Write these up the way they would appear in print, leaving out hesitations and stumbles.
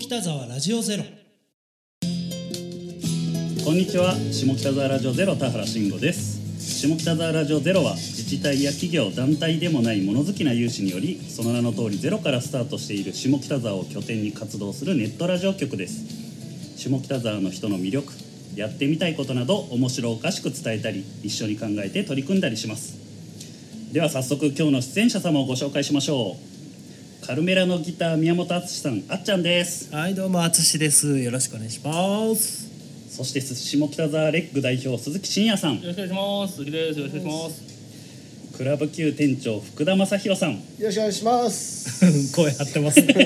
北沢ラジオゼロ。 こんにちは、下北沢ラジオゼロ田原慎吾です。下北沢ラジオゼロは自治体や企業団体でもない物好きな有志により、その名の通りゼロからスタートしている下北沢を拠点に活動するネットラジオ局です。下北沢の人の魅力、やってみたいことなど面白おかしく伝えたり、一緒に考えて取り組んだりします。では早速今日の出演者様をご紹介しましょう。カルメラのギター宮本敦さん、あっちゃんです。 はい、どうも敦です。よろしくお願いします。 そして下北沢レッグ代表鈴木真也さん。 よろしくお願いします。鈴木です。よろしくお願いします。 クラブ Q 店長福田正宏さん。 よろしくお願いします。 声張ってますね。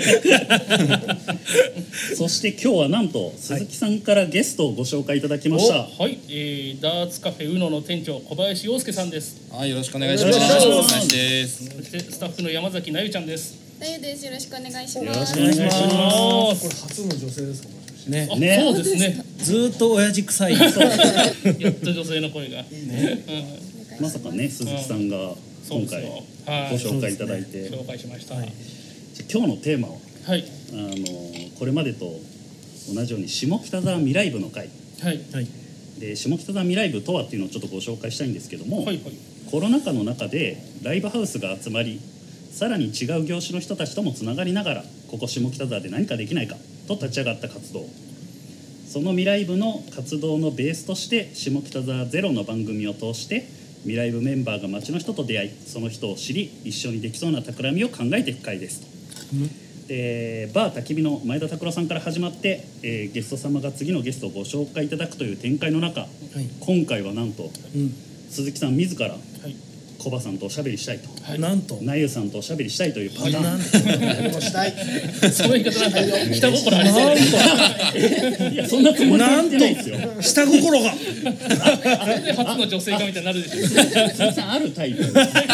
そして今日はなんと鈴木さんからゲストをご紹介いただきました。 はい、ダーツカフェうのの店長小林洋介さんです。 はい、よろしくお願いします。 小林です。 そしてスタッフの山崎なゆちゃんです。 なゆです。よろしくお願いします。 よろしくお願いします。 これ初の女性ですか？ ね、 ね、 そうですね。 ずーっと親父臭い。 やっと女性の声が。 まさかね、鈴木さんが今回ご紹介いただいて、 紹介しました。 今日のテーマは、 はい、 これまでと同じように下北沢未来部の会、 はいはい、 で下北沢未来部とはっていうのをちょっとご紹介したいんですけども、 はいはい、 コロナ禍の中でライブハウスが集まり、さらに違う業種の人たちともつながりながら、ここ下北沢で何かできないかと立ち上がった活動、その未来部の活動のベースとして下北沢ゼロの番組を通して未来部メンバーが街の人と出会い、その人を知り、一緒にできそうな企みを考えていく会ですと。でバー焚き火の前田拓郎さんから始まって、ゲスト様が次のゲストをご紹介いただくという展開の中、今回はなんと、鈴木さん自ら、コバさんとおしゃべりしたいと、 なんとなゆさんとおしゃべりしたいというパターン、 もうしたい。 その言い方なんか下心ありそうで。 いやそんなつもりは言ってないですよ。 下心が。 あれで初の女性かみたいになるでしょ。 鈴木さんあるタイプ。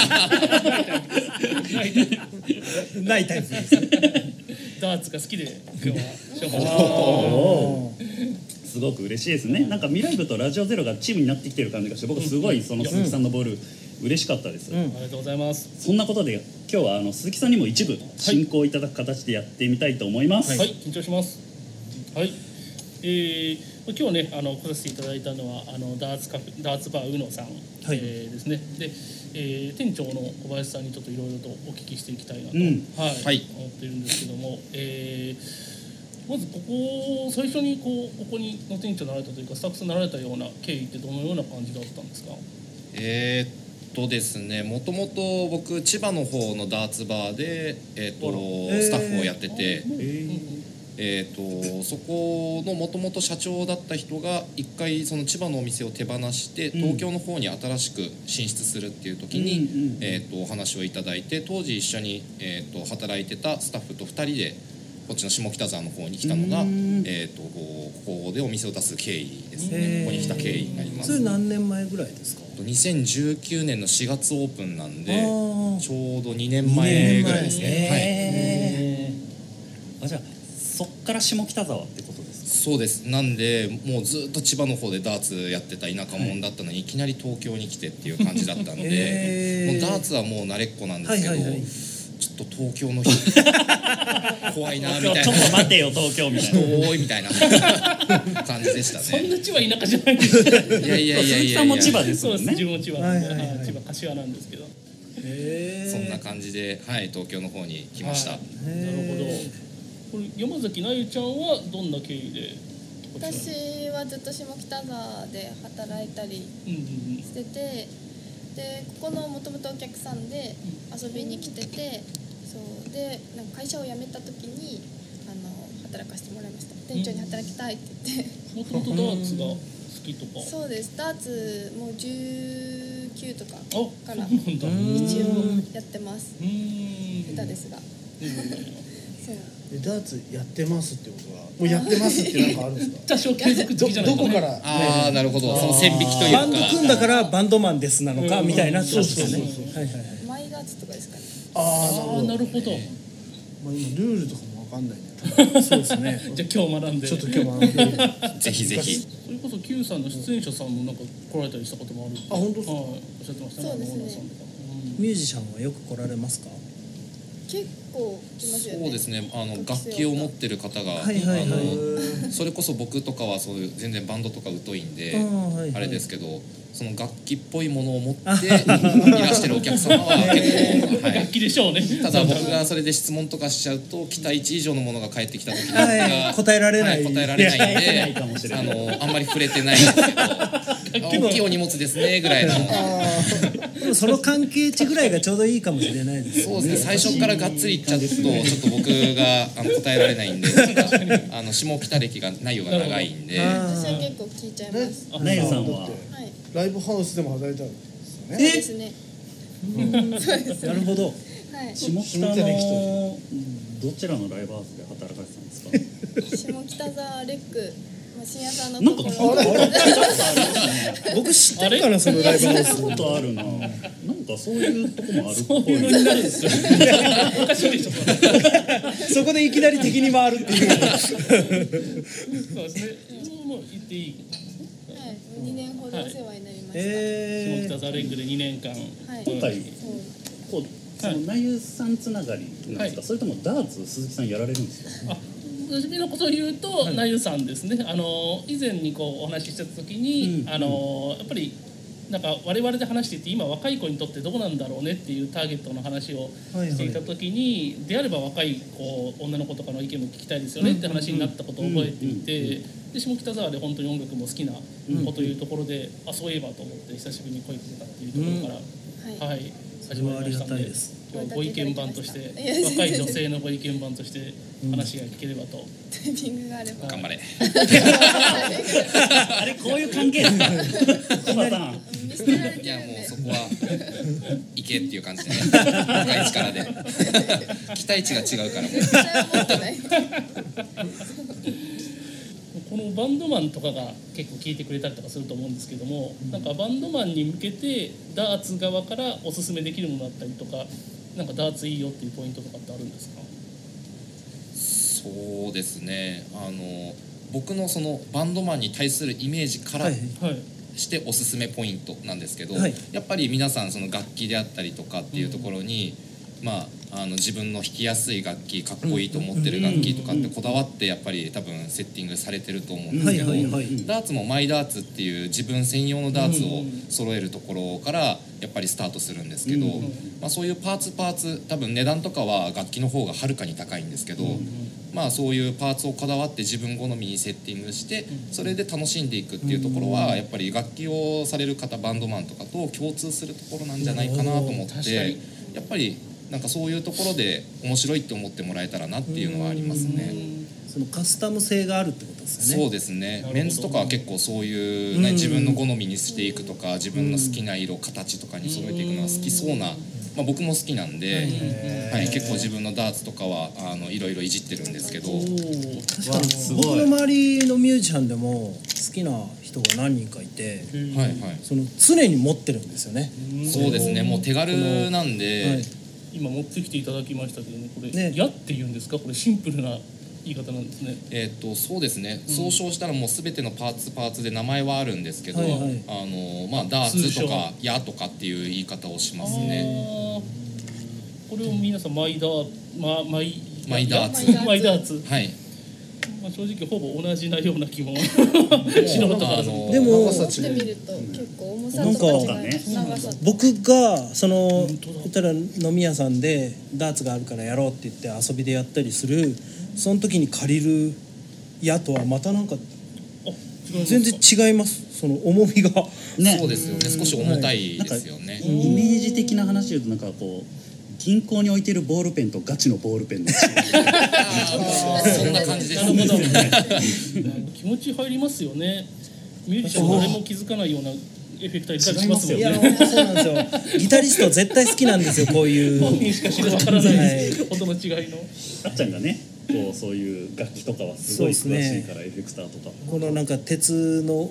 ないタイプです。 ダーツが好きで今日は紹介します。 すごく嬉しいですね。なんか未来部とラジオゼロがチームになってきてる感じがして、僕すごいその鈴木さんのボール嬉しかったです。 ありがとうございます。 そんなことで今日は鈴木さんにも一部進行いただく形でやってみたいと思います。 はい、緊張します。はい、今日ね来させていただいたのはダーツバーうのさん、ですね。で、店長の小林さんにちょっといろいろとお聞きしていきたいなと、思っているんですけども、まずここ最初にここにの店長になられたというかスタッフさんになられたような経緯ってどのような感じだったんですか？ ですね、もともと僕千葉の方のダーツバーで、スタッフをやってて、そこのもともと社長だった人が一回その千葉のお店を手放して東京の方に新しく進出するっていう時に、お話をいただいて、当時一緒に、働いてたスタッフと2人でこっちの下北沢の方に来たのが、ここでお店を出す経緯ですね。ここに来た経緯になります。 それ何年前ぐらいですか ？2019年の4月オープンなんで、ちょうど2年前ぐらいですね。 じゃあそっから下北沢ってことですか？ そうです。なんでもうずっと千葉の方でダーツやってた田舎者だったのに、いきなり東京に来てっていう感じだったので、もうダーツはもう慣れっこなんですけど、ちょっと東京の人怖いなみたいな、 ちょっと待てよ東京みたいな、 人多いみたいな感じでしたね。 そんな千葉田舎じゃないんですよ。 いやいやいやいや、 鈴木さんも千葉ですそうです。 もんね。 自分も千葉なんで、千葉柏なんですけど、 そんな感じで、東京の方に来ました。 なるほど。これ山崎なゆちゃんはどんな経緯で？ 私はずっと下北沢で働いたりしてて、でここのもともとお客さんで遊びに来てて、そうでなんか会社を辞めた時に働かせてもらいました。店長に働きたいって言って。 もともとダーツが好きとか？ そうです。ダーツもう19とかから一応やってます。下手ですが。そう。 ダーツやってますってことはもうやってますってなんかあるんですか？ 多少継続的じゃないどこから？ ああ、なるほど。その線引きというか。 バンド組んだからバンドマンですなのかみたいなってことですよね。 マイダーツとかですかね。 ああ、なるほど。 まあ今ルールとかもわかんないね。 そうですね。 じゃあ今日学んで。 ちょっと今日学んで。 ぜひぜひ。 それこそ Q さんの出演者さんもなんか来られたりしたこともある。 あ、本当ですか？ おっしゃってましたね。 そうですね。 ミュージシャンはよく来られますか？ 結構来ますよね。 そうですね、楽器を持ってる方が、 はいはいはいそれこそ僕とかはそういう全然バンドとか疎いんで、 はいはい、 あれですけど、その楽器っぽいものを持っていらしてるお客様は結構、はい、 楽器でしょうね。 ただ僕がそれで質問とかしちゃうと期待値以上のものが返ってきた時に、 はい、答えられない、 はい、答えられないんであんまり触れてないんですけど大きいお荷物ですねぐらいのでもその関係値ぐらいがちょうどいいかもしれないですね。 そうですね、最初からがっつりいっちゃうとちょっと僕が答えられないんで下北歴がないようが長いんで。 私は結構聞いちゃいます。 ナイルさんははい、 ライブハウスでも働いたんですよね。 そうですね。 なるほど。 はい。 下北のどちらのライブハウスで働かれてたんですか？ 下北沢レック、深夜さんのなんかところ。 僕知ってるかな、そのライブハウス。 聞いたことあるな。なんかそういうとこもあるっぽい。 そういうのになるんですよ。おかしいでしょ。 そこでいきなり敵に回るっていう。 そうですね。もう言っていい。 はい、2年ほどお世話になりました。 下北沢レックで2年間。 はい。 今回こうそのナユさんつながりなんですか、 はい、 それともダーツ鈴木さんやられるんですか？ 初めのことを言うと、ナユさんですね。以前にこうお話しした時に、やっぱりなんか我々で話していて今若い子にとってどうなんだろうねっていうターゲットの話をしていた時に、であれば若い子女の子とかの意見も聞きたいですよねって話になったことを覚えていて、で下北沢で本当に音楽も好きな子というところで、そういえばと思って久しぶりに声かけたっていうところから、はい、始まりましたので、ご意見番として若い女性のご意見番として話が聞ければと。 タイミングがあれば頑張れ。 あれこういう関係ですか？ いやもうそこは行けっていう感じでね、若い力で期待値が違うからもこのバンドマンとかが結構聞いてくれたりとかすると思うんですけども、なんかバンドマンに向けてダーツ側からおすすめできるものだったりとか、なんかダーツいいよっていうポイントとかってあるんですか？ そうですね、僕のそのバンドマンに対するイメージからしておすすめポイントなんですけど、やっぱり皆さんその楽器であったりとかっていうところに、自分の弾きやすい楽器、かっこいいと思ってる楽器とかってこだわってやっぱり多分セッティングされてると思うんですけど、ダーツもマイダーツっていう自分専用のダーツを揃えるところからやっぱりスタートするんですけど、そういうパーツ多分値段とかは楽器の方がはるかに高いんですけど、そういうパーツをこだわって自分好みにセッティングしてそれで楽しんでいくっていうところはやっぱり楽器をされる方、バンドマンとかと共通するところなんじゃないかなと思って、やっぱりなんかそういうところで面白いって思ってもらえたらなっていうのはありますね。 そのカスタム性があるってことですよね。 そうですね。メンズとかは結構そういう、自分の好みにしていくとか、自分の好きな色、形とかに揃えていくのは好きそうな、僕も好きなんで、結構自分のダーツとかはいろいろいじってるんですけど、 確かに僕の周りのミュージシャンでも好きな人が何人かいて、その常に持ってるんですよね。 そうですね。もう手軽なんで。 今持ってきていただきましたけどね、これ、矢っていうんですか？これシンプルな言い方なんですね。 そうですね。総称したらもうすべてのパーツで名前はあるんですけど、ダーツとか矢とかっていう言い方をしますね。 これを皆さんマイダーツ。はい。正直ほぼ同じなような気も素人からでも持ってみると結構重さとか違い長さ。 僕が言ったら飲み屋さんでダーツがあるからやろうって言って遊びでやったりする、その時に借りる矢とはまたなんか全然違います。その重みがそうですよね。少し重たいですよね。 イメージ的な話で言うとなんかこう銀行に置いてるボールペンとガチのボールペンのそんな感じです。なるほど。 気持ち入りますよね。ミュージシャン誰も気づかないようなエフェクター入れたりしますもんね。 いやそうなんですよ。ギタリスト絶対好きなんですよ、こういう。 本人しか知らない音の違いの。 あっちゃんがね、そういう楽器とかはすごい詳しいから、エフェクターとか。 このなんか鉄の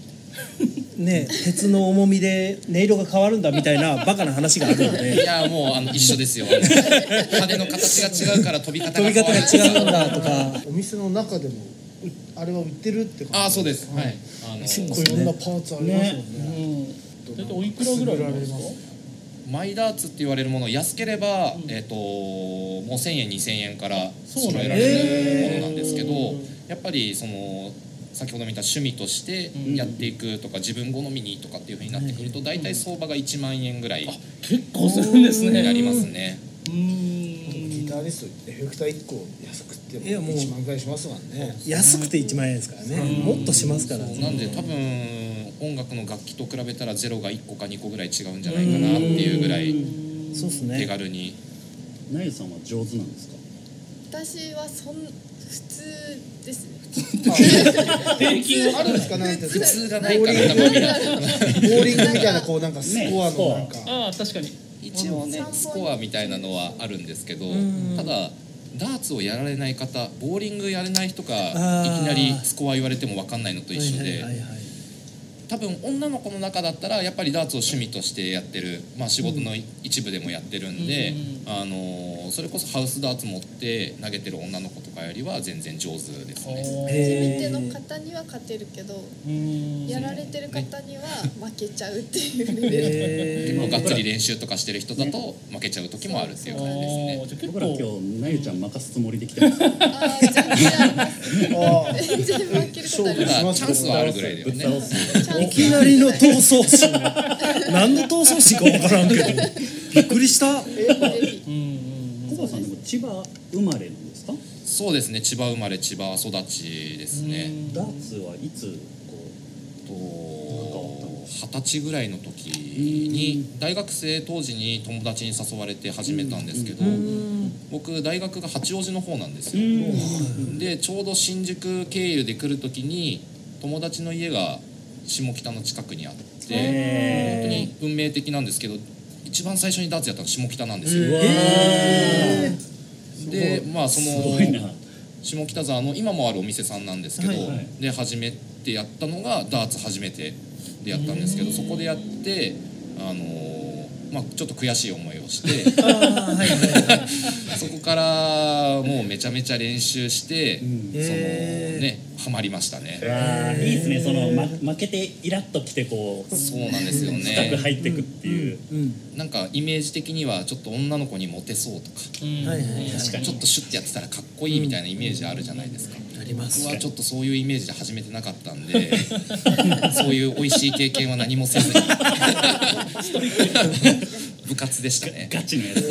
重みで音色が変わるんだみたいなバカな話があるので、 いやもう一緒ですよ。羽の形が違うから飛び方が違うんだとか。 お店の中でもあれは売ってるって感じ。 そうです。はい。 結構いろんなパーツありますもんね。 大体おいくらぐらいなんですか？ マイダーツって言われるもの、安ければ、もう1000円2000円から揃えられるものなんですけど、やっぱりその先ほど見た趣味としてやっていくとか、自分好みにとかっていう風になってくると、大体相場が1万円ぐらいに結構するんですね。 なりますね。 ギタリストエフェクター1個安くても1万ぐらいしますもんね。 安くて1万円ですからね。もっとしますから。 なんで多分音楽の楽器と比べたらゼロが1個か2個ぐらい違うんじゃないかなっていうぐらいそうですね。 手軽に。 なゆさんは上手なんですか？ 私は普通ですね。 平均あるんですか？なんて普通がないから多分ボーリングみたいなこうなんかスコアのなんか、 ああ確かに一応ねスコアみたいなのはあるんですけど、ただダーツをやられない方、ボーリングやれない人がいきなりスコア言われても分かんないのと一緒で、多分女の子の中だったらやっぱりダーツを趣味としてやってる、まあ、仕事の一部でもやってるんで、それこそハウスダーツ持って投げてる女の子とかよりは全然上手ですね。 初めての方には勝てるけど、やられてる方には負けちゃうっていうレベル。 でもがっつり練習とかしてる人だと負けちゃう時もあるっていう感じですね。 僕ら今日なゆちゃん任すつもりで来てます。 全然全然負けることあります。 チャンスはあるぐらいだよね。 いきなりの闘争心何の闘争心か分からんけどびっくりした。 小川さんでも千葉生まれなんですか？ そうですね、千葉生まれ千葉育ちですね。 ダーツはいつ 20歳ぐらいの時に大学生当時に友達に誘われて始めたんですけど、僕大学が八王子の方なんですよ。でちょうど新宿経由で来る時に友達の家が下北の近くにあって、本当に運命的なんですけど一番最初にダーツやったの下北なんですよ。でまあその下北沢の今もあるお店さんなんですけど、で初めてやったのがダーツ初めてでやったんですけど、そこでやってまあ、ちょっと悔しい思いをしてそこからもうめちゃめちゃ練習して、そのねハマりましたね。 いいですね、その、負けてイラッときてこうそうなんですよね、 深く入っていくっていう、 なんかイメージ的にはちょっと女の子にモテそうとか、確かにちょっとシュッてやってたらかっこいいみたいなイメージあるじゃないですか。僕はちょっとそういうイメージで始めてなかったんでそういう美味しい経験は何もせずに部活でしたね。 ガチのや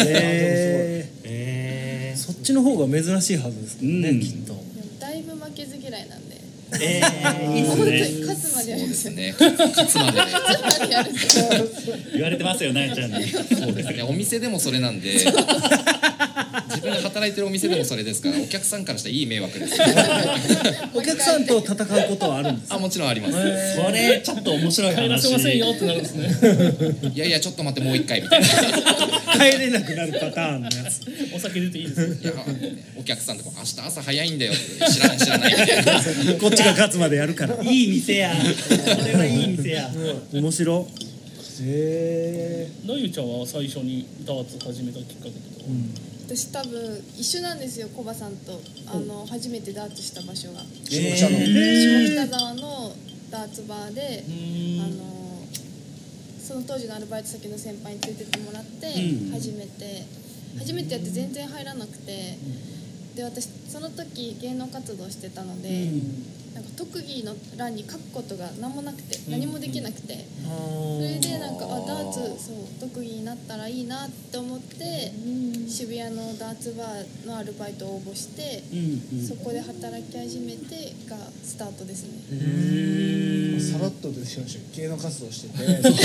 つ。 そっちの方が珍しいはずですね、きっと。 だいぶ負けず嫌いなんで。 いいですね。 勝つまでやるんですよね。 勝つまでやる。 言われてますよ、なえちゃんに。 そうですね。お店でもそれなんで、自分が働いてるお店でもそれですから、お客さんからしたらいい迷惑です。 お客さんと戦うことはあるんですか？ もちろんあります。 それちょっと面白い話。 帰らせませんよってなるんですね。 いやいやちょっと待ってもう一回みたいな。 帰れなくなるパターンのやつ。 お酒出ていいですいやお客さんとか明日朝早いんだよって知らないみたいな。 こっちが勝つまでやるから。 いい店や。それはいい店や。 面白。 なゆちゃんは最初にダーツ始めたきっかけとか。 私多分一緒なんですよ、コバさんと初めてダーツした場所が下北の下北沢のダーツバーでその当時のアルバイト先の先輩に連れてってもらって初めてやって全然入らなくて、で私その時芸能活動してたので、なんか特技の欄に書くことが何もなくて何もできなくて、それでなんかダーツ特技になったらいいなって思って渋谷のダーツバーのアルバイトを応募して、そこで働き始めてがスタートですね。 さらっとでしました芸能活動してて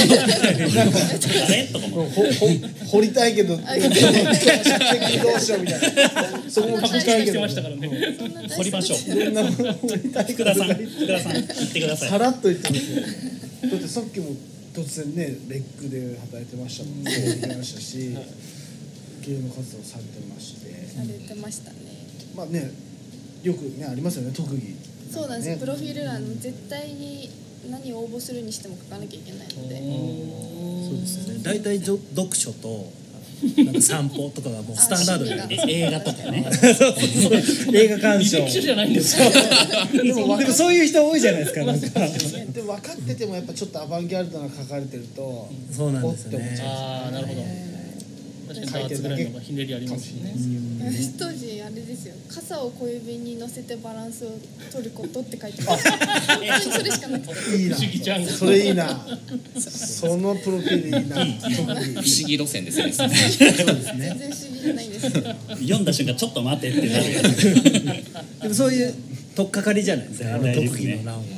誰とかも掘りたいけど出席どうしようみたいな、そこも聞きたいけどしてましたからね。 掘りましょう。 いろんなもの掘りたい福田さん言ってください。 さらっと言ってますよ。だってさっきも突然ねレックで働いてましたもんね。言ってましたし、芸能活動されてまして。 されてましたね。 まあね、よくねありますよね特技。 そうなんですよ。プロフィール欄に絶対に何を応募するにしても書かなきゃいけないので。 そうですね。大体読書となんか散歩とかがもうスタンダードになる。 映画とかね。 映画鑑賞。 履歴書じゃないんですよ。 でもそういう人多いじゃないですか。なんかでも分かっててもやっぱちょっとアバンギャルドな書かれてるとそうなんですよね。 ああなるほど。確かにダーツぐらいの方がひねりありますしね。 私当時あれですよ、傘を小指に乗せてバランスを取ることって書いてました本当にそれしかなくて、 いいな不思議ちゃんがそれいいなそのプロフィールいいな不思議路線ですね。 全然不思議じゃないんですけど読んだ瞬間ちょっと待ってってなるやつ。 でもそういう取っかかりじゃないですか。あの特技の欄は。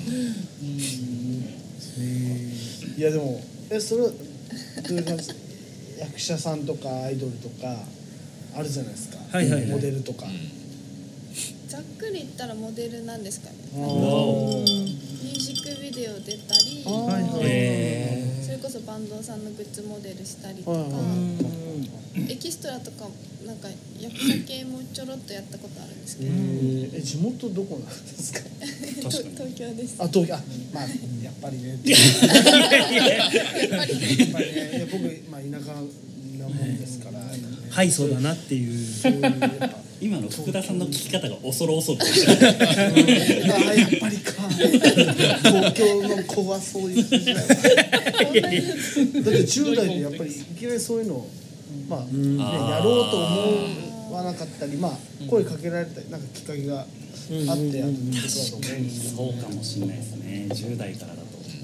いやでもそれはどういう感じ役者さんとかアイドルとかあるじゃないですか、 はいはいはいモデルとか、 ざっくり言ったらモデルなんですかね。 あーミュージックビデオ出たり、 はいはいそれこそバンドさんのグッズモデルしたりとか、 はいはいエキストラとかなんか役者系もちょろっとやったことあるんですけど、 地元どこなんですか東京です。 あ東京まあやっぱりねやっぱりやっぱりねいや僕、まあ、田舎なもんですから、 はいそうだなっていう。 そういうやっぱ今の福田さんの聞き方が恐る恐る。 やっぱりか東京の子はそういう感じだよなだって10代でやっぱりいきなりそういうのまあ、ね、やろうと思わなかったり、まあ、声かけられたりなんかきっかけがあってやることだと思うんですけど、 そうかもしれないですね。10代からだと。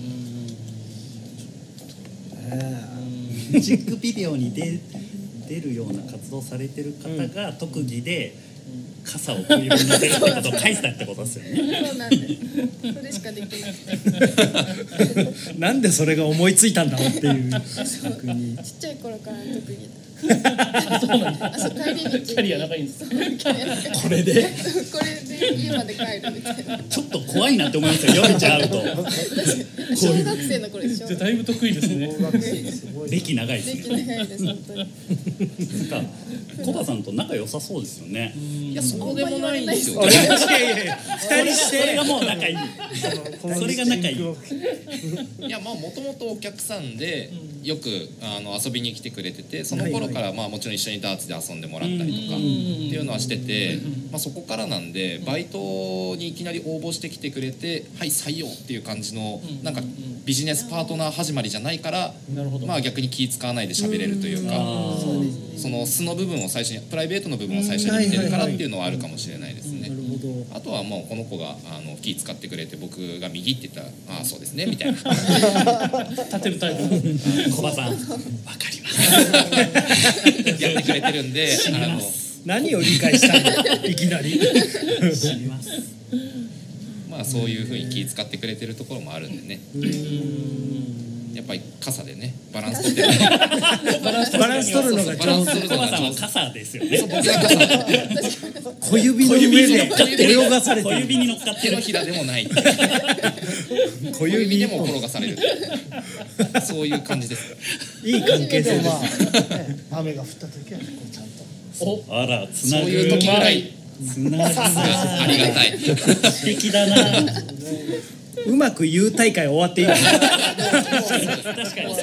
ミュージックビデオに出るような活動されてる方が特技で傘を小指に乗せるってことを返したってことですよね。 そうなんです。それしかできなくて。 なんでそれが思いついたんだろうっていう。逆に。 ちっちゃい頃からの特技だ。 そうなんだ。 あ、そう帰り道にキャリア長いんです。 キャリア長いこれでこれで家まで帰るみたいな。 ちょっと怖いなって思いますよ。読めちゃうと。 小学生の頃でしょ。 だいぶ得意ですね。 歴長いです歴ね。 長いです本当に。 なんかコバさんと仲良さそうですよね。 いやそうでもないんですよ。 いやいや二人してそれがもう仲いい。それが仲いい。 いやまあもともとお客さんでよく遊びに来てくれてて、その頃からまあもちろん一緒にダーツで遊んでもらったりとかっていうのはしてて、まあそこからなんでバイトにいきなり応募してきてくれてはい採用っていう感じのなんかビジネスパートナー始まりじゃないから、まあ逆に気使わないで喋れるというか、その素の部分を最初にプライベートの部分を最初に見てるからっていうのはあるかもしれないですね。あとはもうこの子が気使ってくれて僕が右って言ったらああそうですねみたいな立てるタイプ。 コバさんわかりますやってくれてるんで何を理解したのいきなり。 知ります。 まあそういうふうに気使ってくれてるところもあるんでね。やっぱり傘でねバランス取ってるバランス取るのが上手。 コバさんは傘ですよね。 僕が傘小指の上で泳がされてる。 小指に乗っかってる。 手のひらでもない小小指指でも転がされるそういう感じですいい関係性でもまです。 あ、ね、雨が降った時はこうちゃんとあらつなぐ。 そういう時ぐらいつながありがたい素敵だな。 うまく言う大会終わっていいかな。 確かに。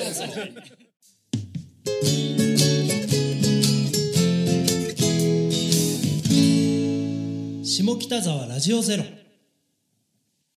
下北沢ラジオゼロ。